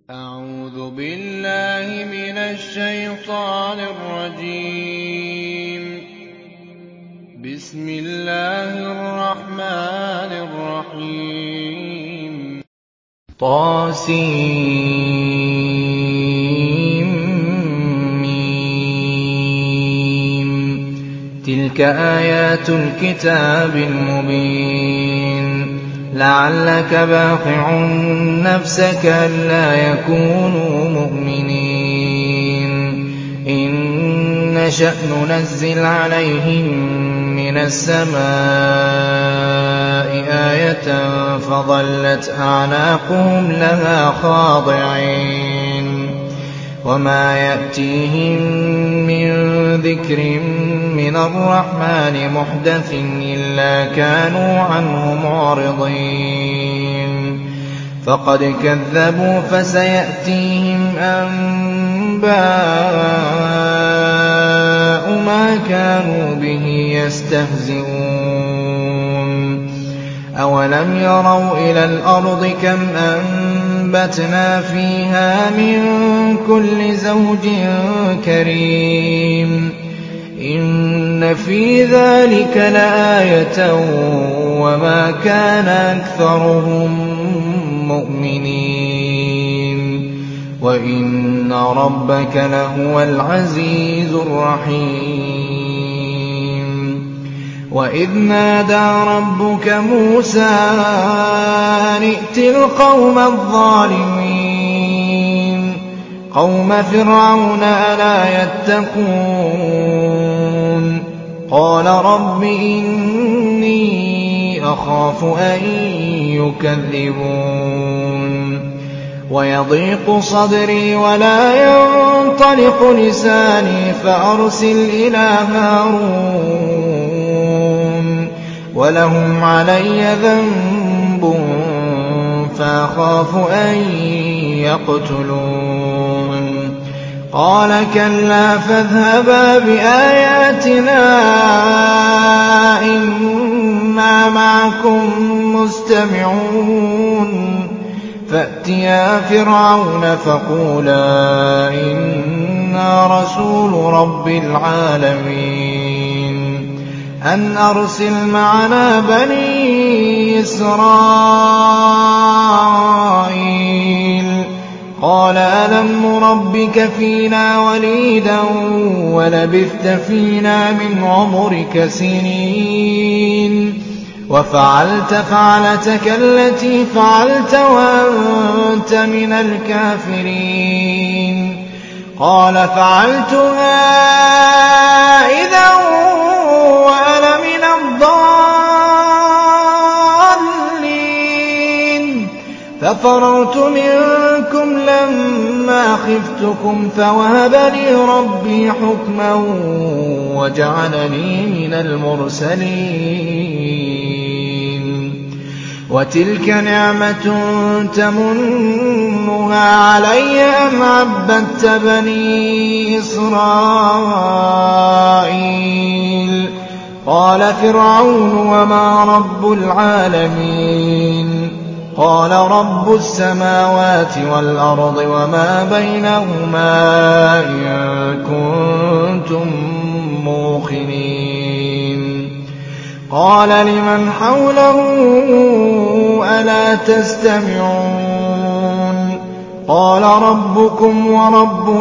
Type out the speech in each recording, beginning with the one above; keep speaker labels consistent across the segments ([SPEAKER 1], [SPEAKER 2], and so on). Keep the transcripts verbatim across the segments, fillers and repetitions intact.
[SPEAKER 1] أعوذ بالله من الشيطان الرجيم. بسم الله الرحمن الرحيم. طاسيم تلك آيات الكتاب المبين لعلك باخع نفسك ألا يكونوا مؤمنين إن نشأ ننزل عليهم من السماء آية فظلت أعناقهم لها خاضعين وما يأتيهم من ذكر من الرحمن محدث إلا كانوا عنه معرضين فقد كذبوا فسيأتيهم أنباء ما كانوا به يستهزئون أولم يروا إلى الأرض كم أنبتنا فيها من كل زوج كريم إن في ذلك لآية وما كان أكثرهم مؤمنين وإن ربك لهو العزيز الرحيم. وإذ نادى ربك موسى أن ائت القوم الظالمين قوم فرعون ألا يتقون قال رب إني أخاف أن يكذبون ويضيق صدري ولا ينطلق لساني فأرسل إلى هارون ولهم علي ذنب فأخاف أن يقتلون قال كلا فاذهبا بآياتنا إنا معكم مستمعون فأتيا فرعون فقولا إنا رسول رب العالمين أن أرسل معنا بني إسرائيل قال ألم نربك فينا وليدا ولبثت فينا من عمرك سنين وفعلت فعلتك التي فعلت وأنت من الكافرين قال فعلتها إذا وأنا من الضالين ففررت منكم لما خفتكم فوهب لي ربي حكما وجعلني من المرسلين وتلك نعمة تمنها علي أن عبدت بني إسرائيل قال فرعون وما رب العالمين قال رب السماوات والأرض وما بينهما إن كنتم موقنين قال لمن حوله ألا تستمعون قال ربكم ورب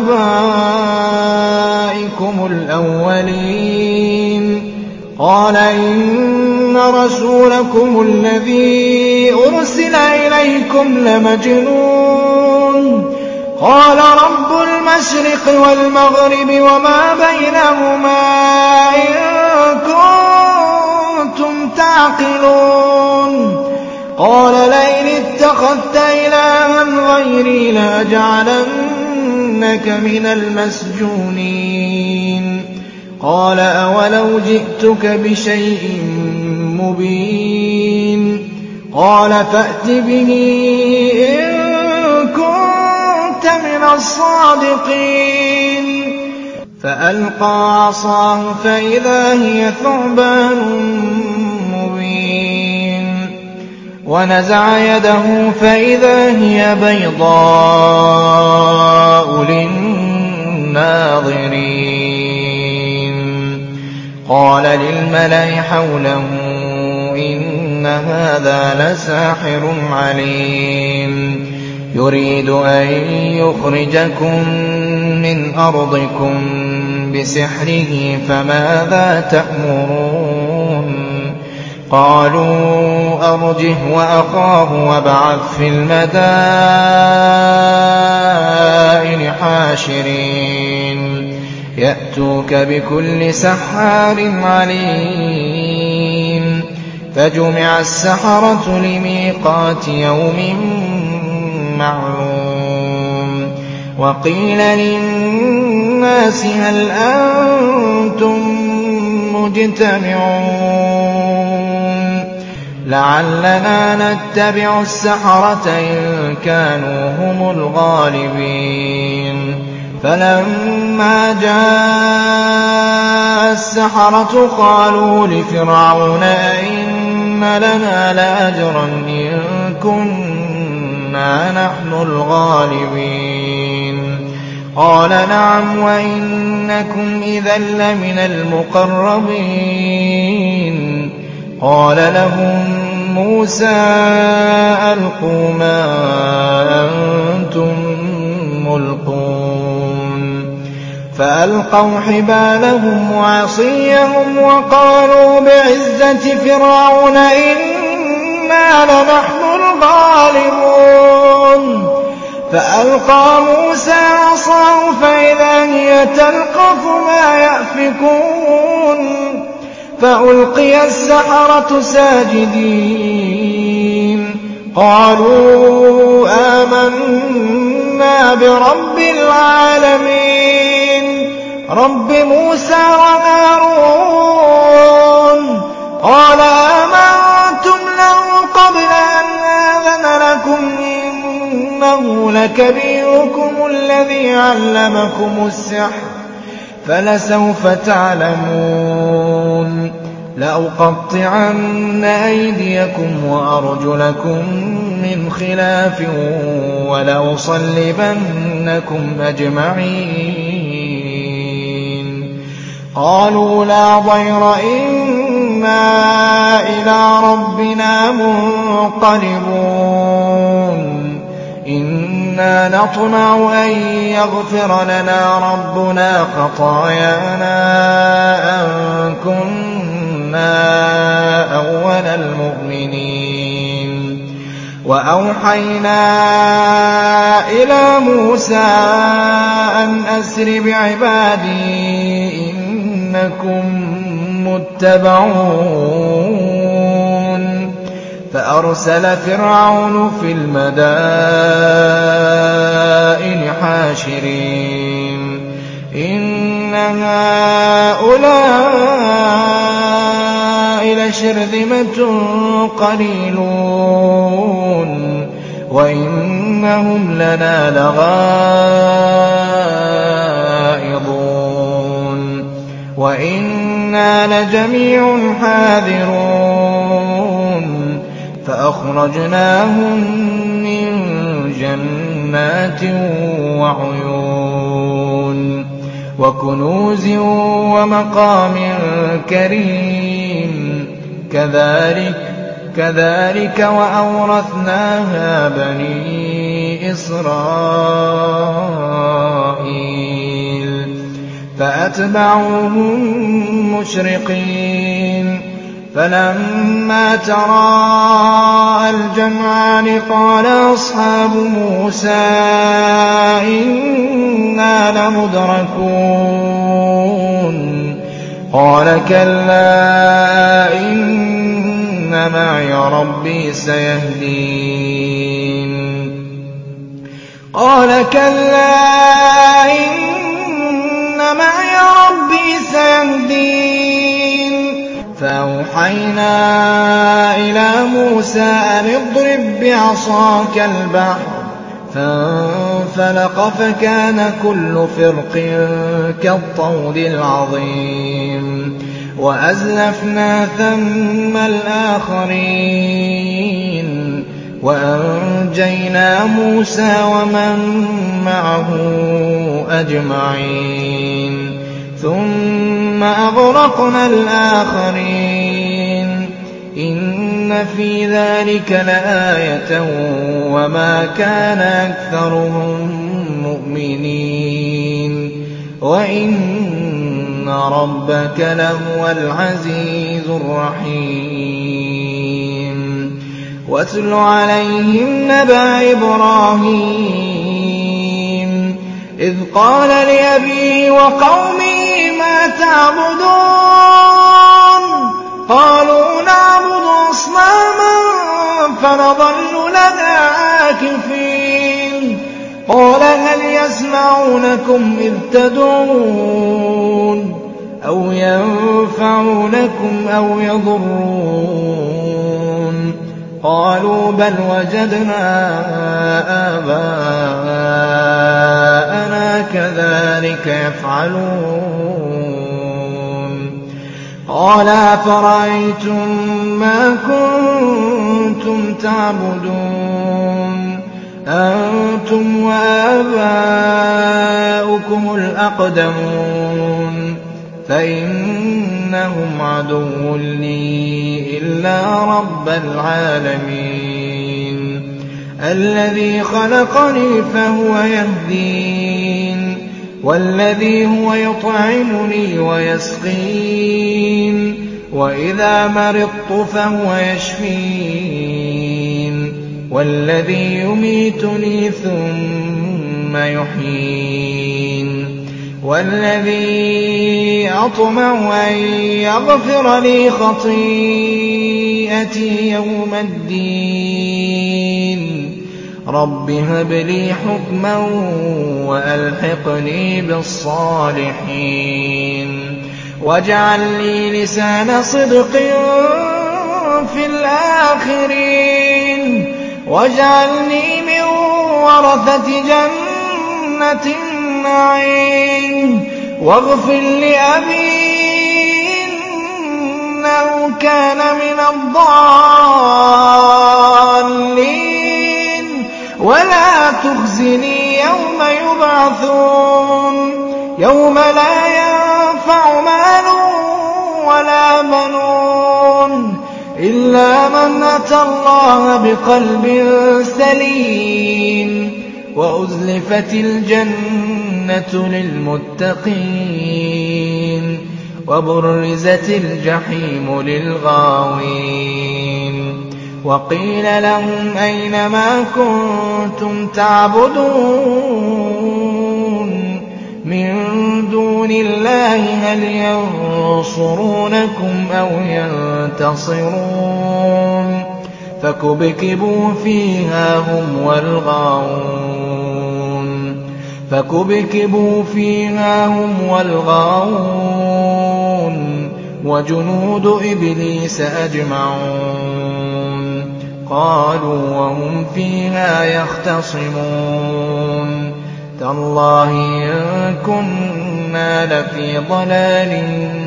[SPEAKER 1] آبائكم الأولين قال إن رسولكم الذي أرسل إليكم لمجنون قال رب المشرق والمغرب وما بينهما إن كنتم تعقلون قال لئن اتخذت إلها غيري لأجعلنك من المسجونين قال أولو جئتك بشيء مبين قال فأت به إن كنت من الصادقين فألقى عصاه فإذا هي ثعبان مبين ونزع يده فإذا هي بيضاء للناظرين. قال للملأ حوله إن هذا لساحر عليم يريد أن يخرجكم من أرضكم بسحره فماذا تأمرون؟ قالوا أرجه وأخاه وابعث في المدائن حاشرين يأتوك بكل سحار عليم. فجمع السحرة لميقات يوم معلوم. وقيل للناس هل أنتم مجتمعون لعلنا نتبع السحرة إن كانوا هم الغالبين. فلما جاء السحرة قالوا لفرعون أئن لنا لأجرا إن كنا نحن الغالبين؟ قال نعم وإنكم إذا لمن المقربين. قال لهم موسى ألقوا ما أنتم ملقون. فألقوا حبالهم وعصيهم وقالوا بعزة فرعون إنا لنحن الغالبون. فألقى موسى عصاه فإذا هي تلقف ما يأفكون. فألقي السحرة ساجدين قالوا آمنا برب العالمين رب موسى وهارون. قال آمنتم له قبل أن آذن لكم إنه لكبيركم الذي علمكم السحر فلسوف تعلمون لأقطعن أيديكم وأرجلكم من خلاف ولأصلبنكم أجمعين. قالوا لا ضير إنا إلى ربنا منقلبون إنا نطمع أن يغفر لنا ربنا خطايانا أن كنا أول المؤمنين. وأوحينا إلى موسى أن أسر بعبادي إنكم متبعون. فأرسل فرعون في المدائن حاشرين إن هؤلاء لشرذمة قليلون وإنهم لنا لغائظون وإنا لجميع حاذرون. فأخرجناهم من جنات وعيون وكنوز ومقام كريم كذلك كذلك وأورثناها بني إسرائيل. فأتبعوهم مشرقين فلما تراءى الجمعان قال أصحاب موسى إنا لمدركون. قال كلا إن معي ربي سيهدين. قال كلا إن معي ربي سيهدين. فأوحينا إلى موسى أن اضرب بعصاك البحر فانفلق فكان كل فرق كالطود العظيم. وأزلفنا ثم الآخرين وأنجينا موسى ومن معه أجمعين ثم أغرقنا الآخرين إن في ذلك لآية وما كان أكثرهم مؤمنين وإن ربك لهو العزيز الرحيم واتل عليهم نبأ إبراهيم إذ قال لأبيه وقومه ما تعبدون قالوا نعبد أصناما فنظل لها عاكفين قال هل يسمعونكم إذ تدعون أو ينفعونكم أو يضرون قالوا بل وجدنا آباءنا كذلك يفعلون قال أفرأيتم ما كنتم تعبدون أنتم وآباؤكم الأقدمون فإنهم عدو لي إلا رب العالمين الذي خلقني فهو يهدين والذي هو يطعمني ويسقين وإذا مرضت فهو يشفين والذي يميتني ثم يحيين والذي أطمع أن يغفر لي خطيئتي يوم الدين رب هب لي حكما وألحقني بالصالحين واجعل لي لسان صدق في الآخرين واجعلني من ورثة جنة النعيم واغفر لأبي إنه كان من الضالين ولا تخزني يوم يبعثون يوم لا ينفع مال ولا بنون إلا من أتى الله بقلب سليم وأزلفت الجنة للمتقين وبرزت الجحيم للغاوين وقيل لهم أين ما كنتم تعبدون من دون الله هل ينصرونكم أو ينتصرون فكبكبوا فيها هم والغاوون فكبكبوا فيها هم والغاوون وجنود إبليس أجمعون قالوا وهم فيها يختصمون تالله إن كنا لفي ضلال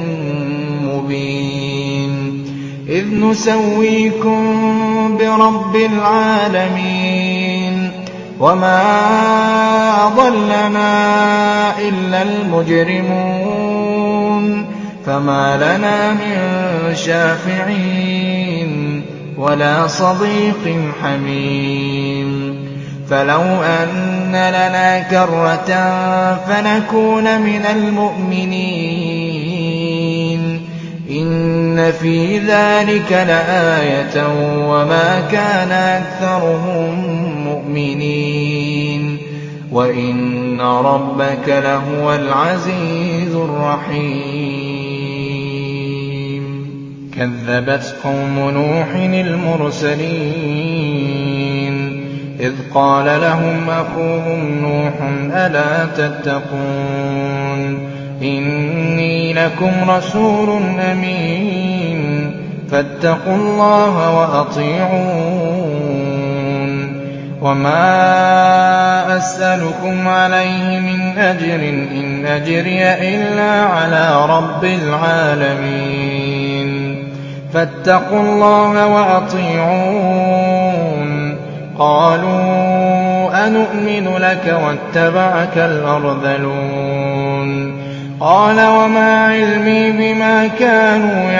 [SPEAKER 1] مبين إذ نسويكم برب العالمين وما أضلنا إلا المجرمون فما لنا من شافعين ولا صديق حميم فلو أن لنا كرة فنكون من المؤمنين إن في ذلك لآية وما كان أكثرهم مؤمنين وإن ربك لهو العزيز الرحيم كذبت قوم نوح المرسلين إذ قال لهم أخوهم نوح ألا تتقون إني لكم رسول أمين فاتقوا الله وأطيعون وما أسألكم عليه من أجر إن أجري إلا على رب العالمين فاتقوا الله وأطيعون قالوا أنؤمن لك واتبعك الأرذلون قال وما علمي بما كانوا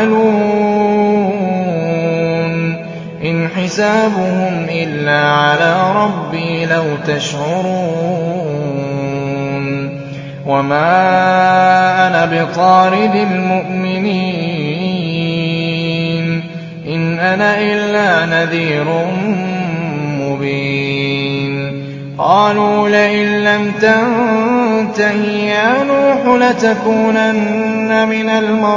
[SPEAKER 1] يعملون إن حسابهم إلا على ربي لو تشعرون وما أنا بطارد المؤمنين إن أنا إلا نذير مبين قالوا لئن لم تنته يا نوح لتكونن من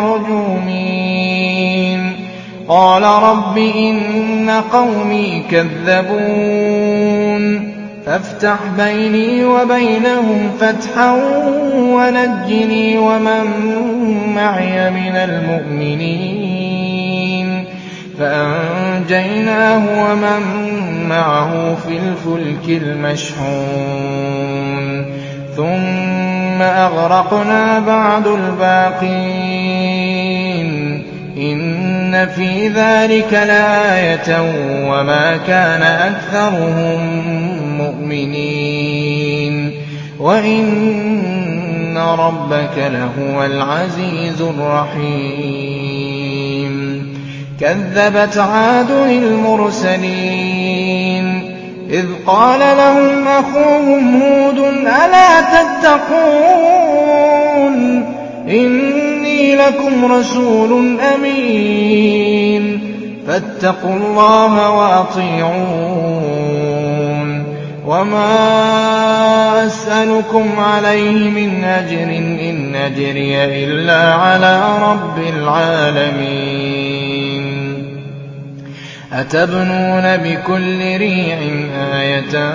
[SPEAKER 1] المرجومين قال رب إن قومي كذبون فافتح بيني وبينهم فتحا ونجني ومن معي من المؤمنين فأنجيناه ومن معه في الفلك المشحون ثم أغرقنا بعد الباقين إن في ذلك لآية وما كان أكثرهم مؤمنين وإن ربك لهو العزيز الرحيم كذبت عاد المرسلين إذ قال لهم أخوهم هود ألا تتقون إني لكم رسول أمين فاتقوا الله وأطيعون وما أسألكم عليه من أجر إن أجري إلا على رب العالمين أتبنون بكل ريع آية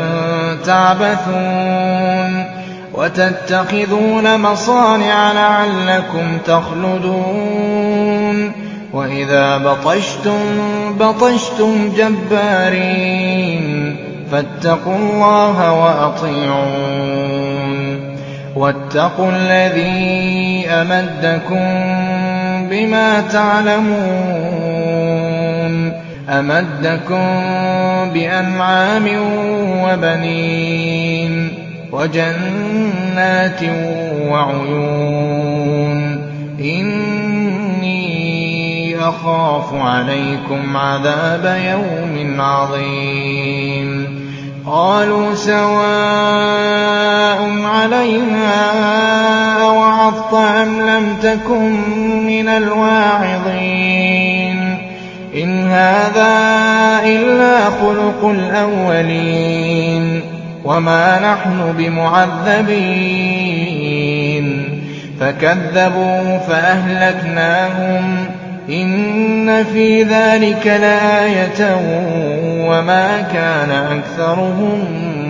[SPEAKER 1] تعبثون وتتخذون مصانع لعلكم تخلدون وإذا بطشتم بطشتم جبارين فاتقوا الله وأطيعون واتقوا الذي أمدكم بما تعلمون أمدكم بأنعام وبنين وجنات وعيون إني أخاف عليكم عذاب يوم عظيم قالوا سواء علينا أوعظت أم لم تكن من الواعظين إن هذا إلا خلق الأولين وما نحن بمعذبين فكذبوا فأهلكناهم إن في ذلك لآية وما كان أكثرهم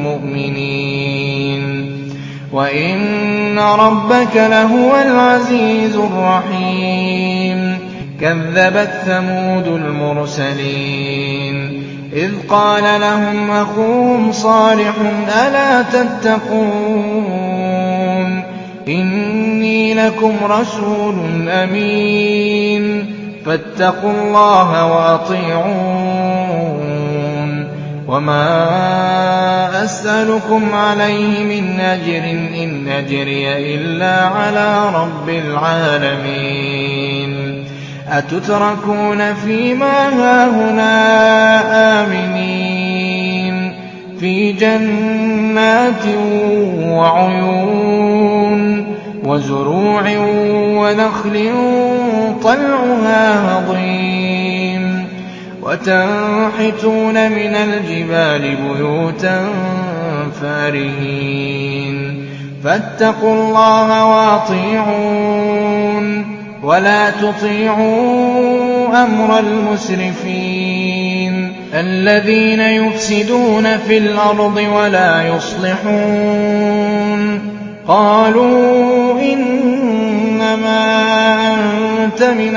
[SPEAKER 1] مؤمنين وإن ربك لهو العزيز الرحيم كذبت ثمود المرسلين إذ قال لهم أخوهم صالح ألا تتقون إني لكم رسول أمين فاتقوا الله وأطيعون وما أسألكم عليه من أجر إن أجري إلا على رب العالمين أتتركون فيما هاهنا آمنين في جنات وعيون وزروع ونخل طلعها هضيم وتنحتون من الجبال بيوتا فارهين فاتقوا الله وأطيعون ولا تطيعوا أمر المسرفين الذين يفسدون في الأرض ولا يصلحون قالوا إنما أنت من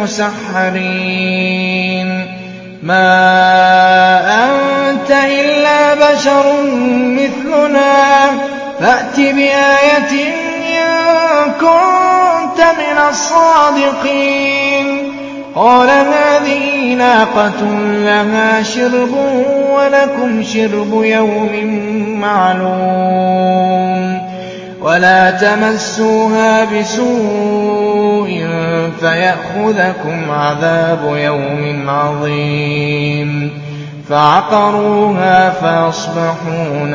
[SPEAKER 1] المسحرين ما أنت إلا بشر مثلنا فأت بآية إن كنت من الصادقين قال هذه ناقة لها شرب ولكم شرب يوم معلوم ولا تمسوها بسوء فيأخذكم عذاب يوم عظيم فعقروها فأصبحوا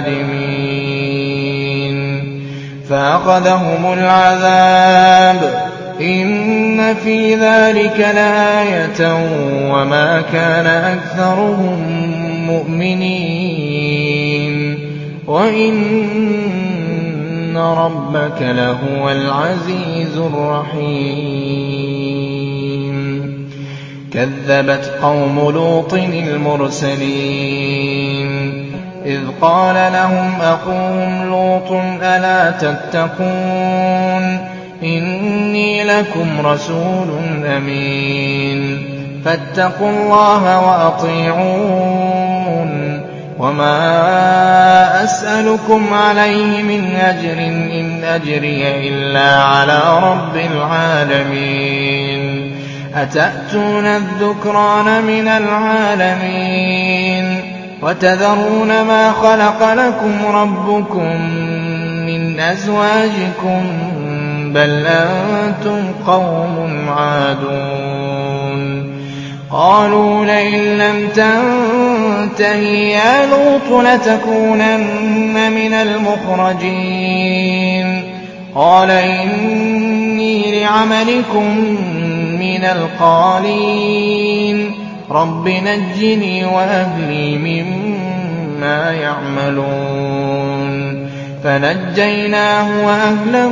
[SPEAKER 1] نادمين فأخذهم العذاب إن في ذلك لآية وما كان أكثرهم مؤمنين وإن ربك لهو العزيز الرحيم كذبت قوم لوط المرسلين إذ قال لهم أخوهم لوط ألا تتقون إني لكم رسول أمين فاتقوا الله وأطيعون وما أسألكم عليه من أجر إن أجري إلا على رب العالمين أتأتون الذكران من العالمين وتذرون ما خلق لكم ربكم من أزواجكم بل أنتم قوم عادون قالوا لئن لم تنته يا لوط لتكونن من المخرجين قال إني لعملكم من القالين رب نجني وأهلي مما يعملون فنجيناه وأهله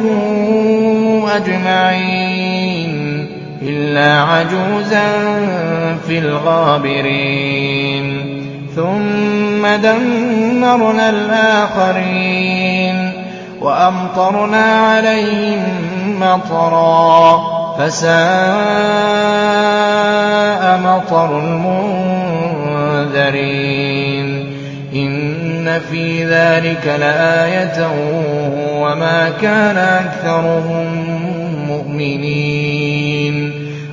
[SPEAKER 1] أجمعين إلا عجوزا في الغابرين ثم دمرنا الآخرين وأمطرنا عليهم مطرا فساء مطر المنذرين إن في ذلك لآية وما كان أكثرهم مؤمنين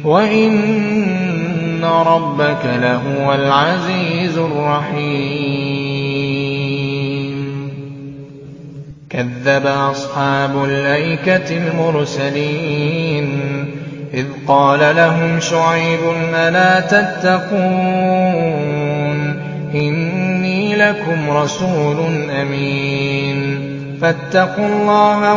[SPEAKER 1] وإن ربك لهو العزيز الرحيم كذب أصحاب الأيكة المرسلين إذ قال لهم شعيب ألا تتقون إني لكم رسول أمين فاتقوا الله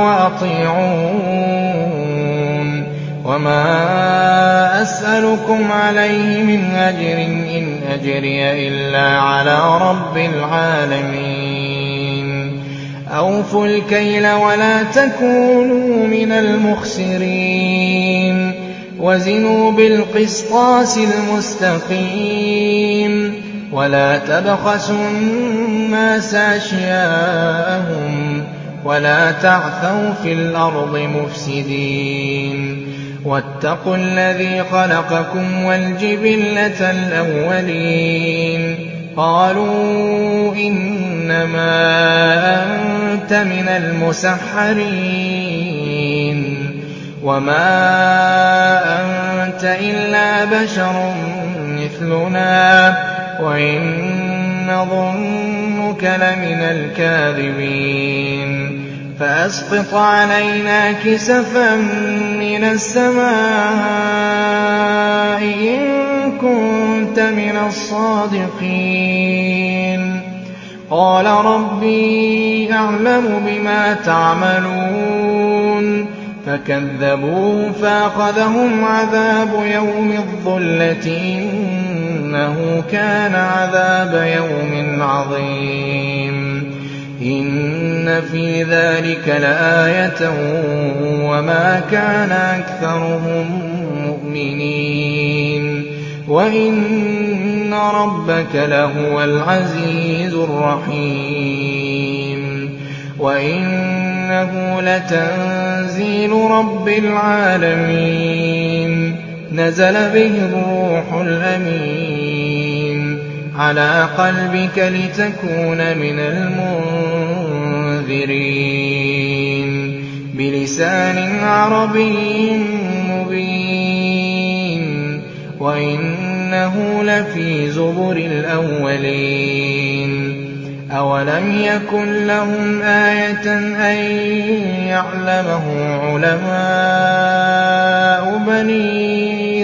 [SPEAKER 1] وأطيعون وما أسألكم عليه من أجر إن أجري إلا على رب العالمين أوفوا الكيل ولا تكونوا من المخسرين وزنوا بالقسطاس المستقيم ولا تبخسوا الناس أشياءهم ولا تعثوا في الأرض مفسدين واتقوا الذي خلقكم والجبلة الأولين قالوا إنما أنت من المسحرين وما أنت إلا بشر مثلنا وإن نظنك لمن الكاذبين فأسقط علينا كسفا من السماء إن كنت من الصادقين قال ربي أعلم بما تعملون فكذبوه فأخذهم عذاب يوم الظلة إنه كان عذاب يوم عظيم إن في ذلك لآية وما كان أكثرهم مؤمنين وإن ربك لهو العزيز الرحيم وإنه لتنزيل رب العالمين نزل به الروح الأمين على قلبك لتكون من المنذرين بلسان عربي مبين وَإِنَّهُ لَفِي زُبُرِ الْأَوَّلِينَ أَوَلَمْ يَكُن لَّهُمْ آيَةً أَن يَعْلَمَهُ عُلَمَاءُ بَنِي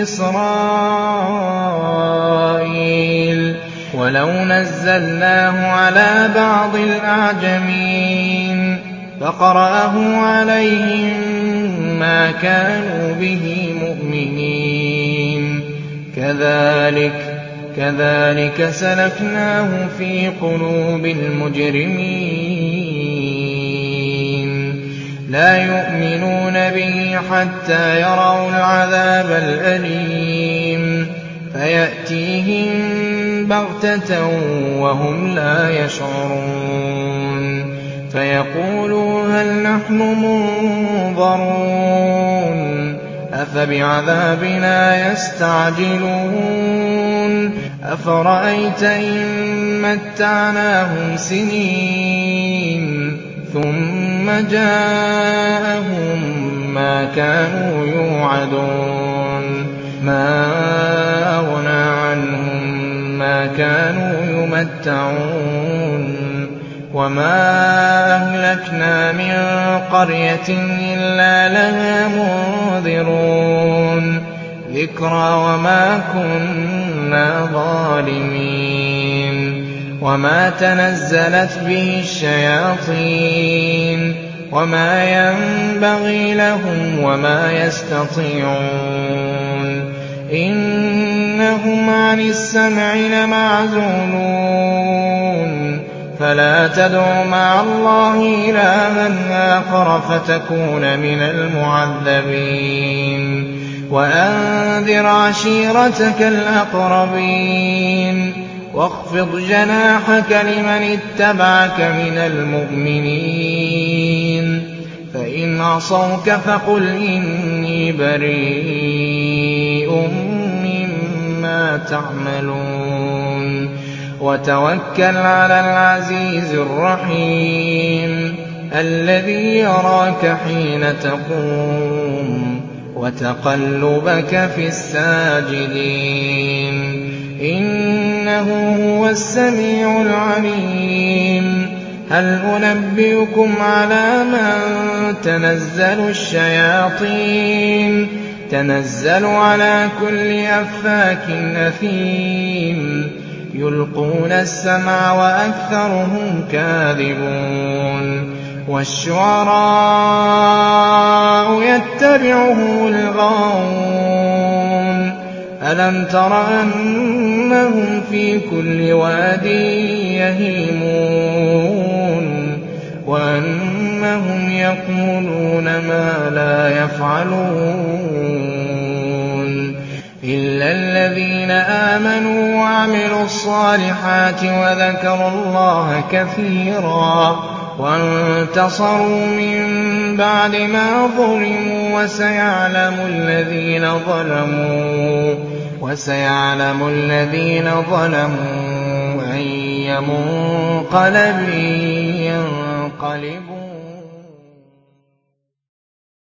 [SPEAKER 1] إِسْرَائِيلَ وَلَوْ نَزَّلْنَاهُ عَلَىٰ بَعْضِ الْأَعْجَمِينَ فَقَرَأَهُ عَلَيْهِم مَّا كَانُوا بِهِ مُؤْمِنِينَ كَذَٰلِكَ كَذَٰلِكَ سَلَكْنَاهُ فِي قُلُوبِ الْمُجْرِمِينَ لَا يُؤْمِنُونَ بِهِ حَتَّىٰ يَرَوْا الْعَذَابَ الْأَلِيمَ فَيَأْتِيهِم بَغْتَةً وَهُمْ لَا يَشْعُرُونَ فَيَقُولُوا هَلْ نَحْنُ مُنظَرُونَ أَفَبِعَذَابِنَا يَسْتَعْجِلُونَ أَفَرَأَيْتَ إِن مَّتَّعْنَاهُمْ سِنِينَ ثُمَّ جَاءَهُم مَّا كَانُوا يُوعَدُونَ مَا أَغْنَىٰ عَنْهُم مَّا كَانُوا يُمَتَّعُونَ وَمَا أَهْلَكْنَا مِن قَرْيَةٍ إِلَّا لَهَا مُنذِرُونَ ذِكْرَىٰ وَمَا كُنَّا ظَالِمِينَ وَمَا تَنَزَّلَتْ بِهِ الشَّيَاطِينُ وَمَا يَنبَغِي لَهُمْ وَمَا يَسْتَطِيعُونَ إِنَّهُمْ عَنِ السَّمْعِ لَمَعْزُولُونَ فَلَا تَدْعُ مَعَ اللَّهِ إِلَٰهًا آخَرَ فَتَكُونَ مِنَ الْمُعَذَّبِينَ وَأَنذِرْ عَشِيرَتَكَ الْأَقْرَبِينَ وَاخْفِضْ جَنَاحَكَ لِمَنِ اتَّبَعَكَ مِنَ الْمُؤْمِنِينَ فَإِنْ عَصَوْكَ فَقُلْ إِنِّي بَرِيءٌ مِّمَّا تَعْمَلُونَ وَتَوَكَّلْ عَلَى الْعَزِيزِ الرَّحِيمِ الَّذِي يَرَاكَ حِينَ تَقُومُ وَتَقَلُّبَكَ فِي السَّاجِدِينَ إِنَّهُ هُوَ السَّمِيعُ الْعَلِيمُ هَلْ أُنَبِّئُكُمْ عَلَىٰ مَن تَنَزَّلُ الشَّيَاطِينُ تَنَزَّلُ عَلَىٰ كُلِّ أَفَّاكٍ أَثِيمٍ يُلْقُونَ السَّمْعَ وَأَكْثَرُهُمْ كَاذِبُونَ وَالشُّعَرَاءُ يَتَّبِعُهُمُ الْغَاوُونَ أَلَمْ تَرَ أَنَّهُمْ فِي كُلِّ وَادٍ يَهِيمُونَ وَأَنَّهُمْ يَقُولُونَ مَا لَا يَفْعَلُونَ إِلَّا الَّذِينَ آمَنُوا وَعَمِلُوا الصَّالِحَاتِ وَذَكَرُوا اللَّهَ كَثِيرًا وَانتَصَرُوا مِن بَعْدِ مَا ظُلِمُوا وَسَيَعْلَمُ الَّذِينَ ظَلَمُوا وَسَيَعْلَمُ الَّذِينَ ظَلَمُوا أَيَّ مُنقَلَبٍ يَنقَلِبُونَ